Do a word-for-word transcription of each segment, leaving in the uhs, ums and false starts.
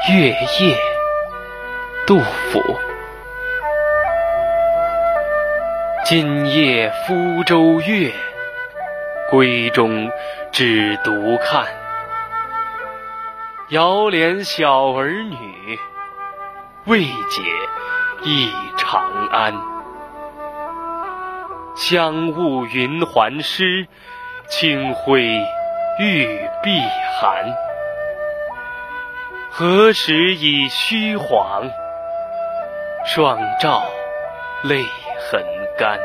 月夜，杜甫。今夜福州月，闺中只独看。遥怜小儿女，未解忆长安。香雾云鬟湿，清辉玉臂寒。何时已虚晃，双照泪痕干。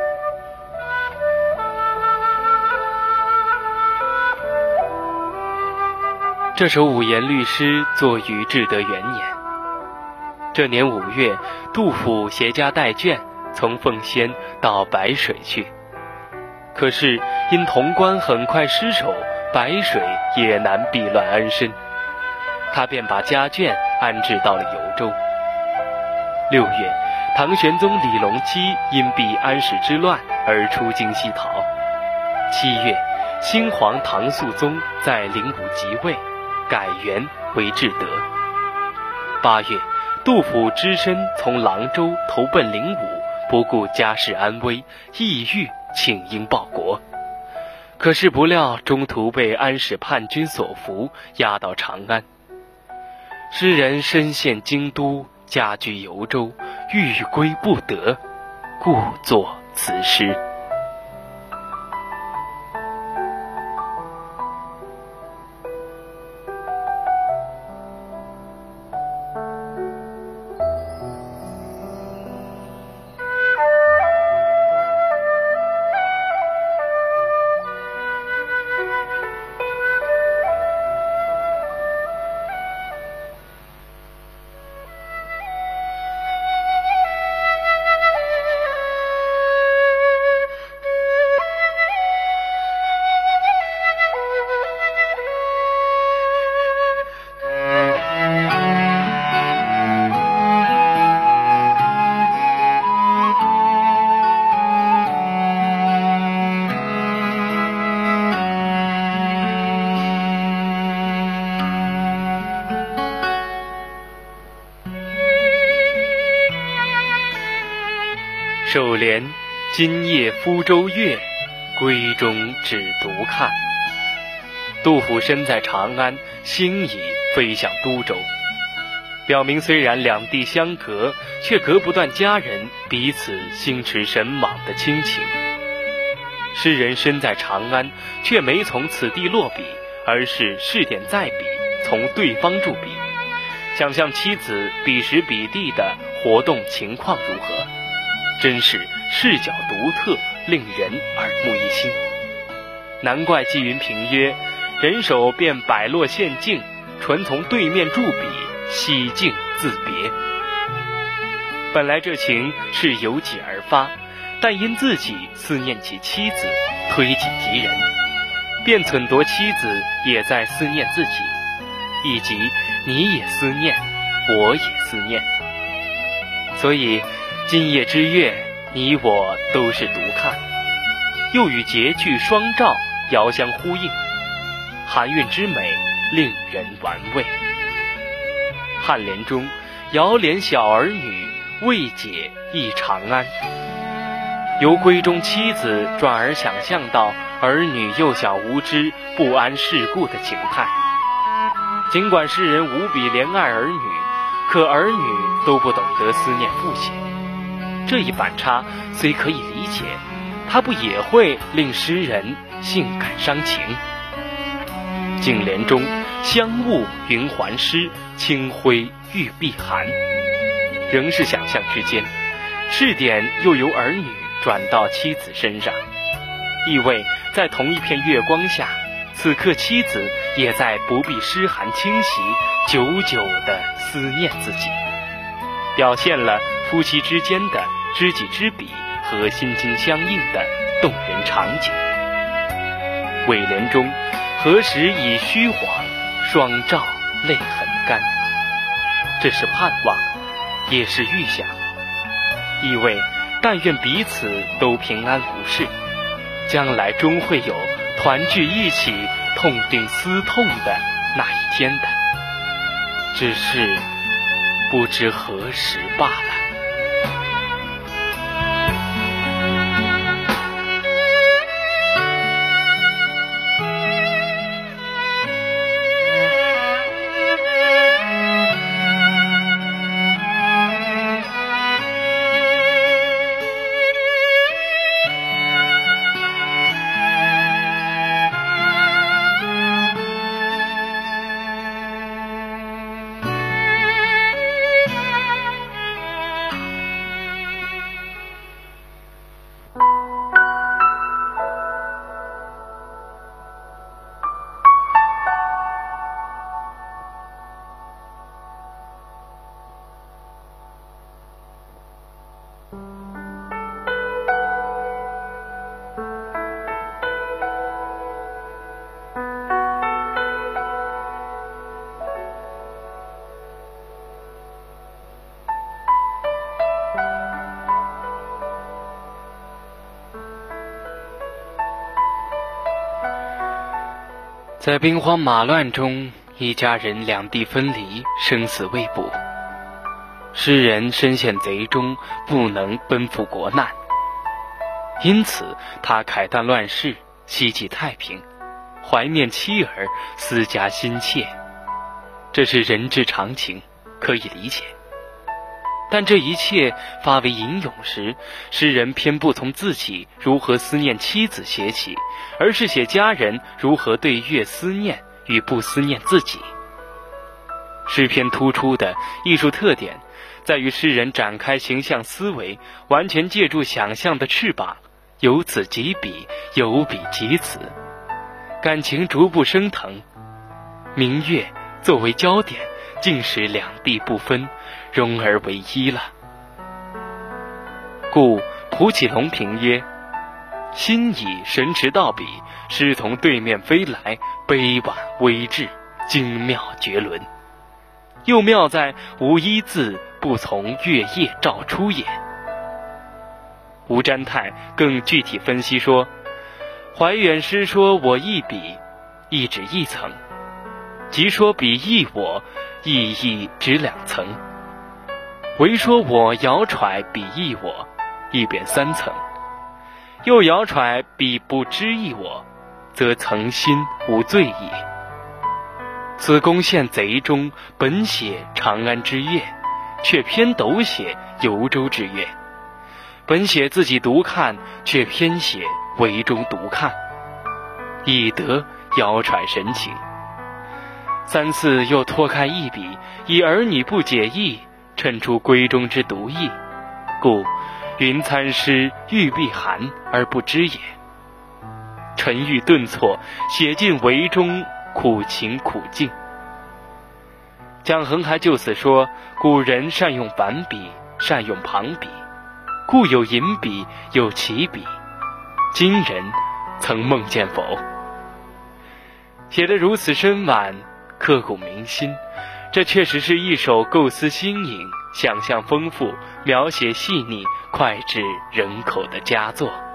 这首五言律诗作于至德元年。这年五月，杜甫携家带眷从奉先到白水去，可是因潼关很快失守，白水也难避乱安身，他便把家眷安置到了游州。六月，唐玄宗李隆基因避安史之乱而出京西逃。七月，新皇唐肃宗在灵武即位，改元为至德。八月，杜甫只身从郎州投奔灵武，不顾家世安危，意欲请缨报国。可是不料中途被安史叛军所俘，押到长安。诗人身陷京都，家居游州，欲归不得，故作此诗。首联：今夜福州月，闺中只独看。杜甫身在长安，心已飞向都州，表明虽然两地相隔，却隔不断家人彼此心驰神往的亲情。诗人身在长安，却没从此地落笔，而是试点再笔，从对方注笔，想象妻子彼时彼地的活动情况如何，真是视角独特，令人耳目一新。难怪纪云平曰：人手便摆落陷阱，纯从对面注笔，惜境自别。本来这情是由己而发，但因自己思念起妻子，推己及人，便忖度妻子也在思念自己，以及你也思念，我也思念。所以今夜之月，你我都是独看，又与结句双照遥相呼应，含韵之美令人玩味。颔联中遥怜小儿女，未解忆长安，由闺中妻子转而想象到儿女幼小无知、不谙世故的情态。尽管诗人无比怜爱儿女，可儿女都不懂得思念父亲。这一反差虽可以理解，它不也会令诗人性感伤情？颈联中香雾云鬟湿，清辉玉臂寒，仍是想象之间，视点又由儿女转到妻子身上，意味在同一片月光下，此刻妻子也在不必湿寒侵袭，久久地思念自己，表现了夫妻之间的知己知彼和心心相印的动人场景。尾联中何时已虚晃，双照泪痕干，这是盼望，也是预想，意味但愿彼此都平安无事，将来终会有团聚一起痛定思痛的那一天的。 只是不知何时罢了。在兵荒马乱中，一家人两地分离，生死未卜。诗人身陷贼中，不能奔赴国难，因此他慨叹乱世，希冀太平，怀念妻儿，思家心切。这是人之常情，可以理解。但这一切发为吟咏时，诗人偏不从自己如何思念妻子写起，而是写家人如何对月思念与不思念自己。诗篇突出的艺术特点在于诗人展开形象思维，完全借助想象的翅膀，由此及彼，由彼及此，感情逐步升腾。明月作为焦点，竟使两地不分，融而为一了。故蒲启龙评曰：心以神驰道比，诗从对面飞来，悲婉微滞，精妙绝伦。又妙在无一字不从月夜照出也。吴占泰更具体分析说，怀远诗说我一笔，一指一层，即说比异我，意义指两层；唯说我遥揣比异我，一贬三层；又遥揣比不知异我，则层心无罪矣。此攻陷贼中，本写长安之月，却偏斗写游州之月；本写自己独看，却偏写围中独看，以得遥揣神情。三次又脱开一笔，以儿女不解意，衬出闺中之独意，故云参诗欲避寒而不知也。沉郁顿挫，写尽围中苦情苦境。蒋衡还就此说，古人善用反笔，善用旁笔，故有隐笔，有起笔，今人曾梦见否？写得如此深婉，刻骨铭心，这确实是一首构思新颖、想象丰富、描写细腻、脍炙人口的佳作。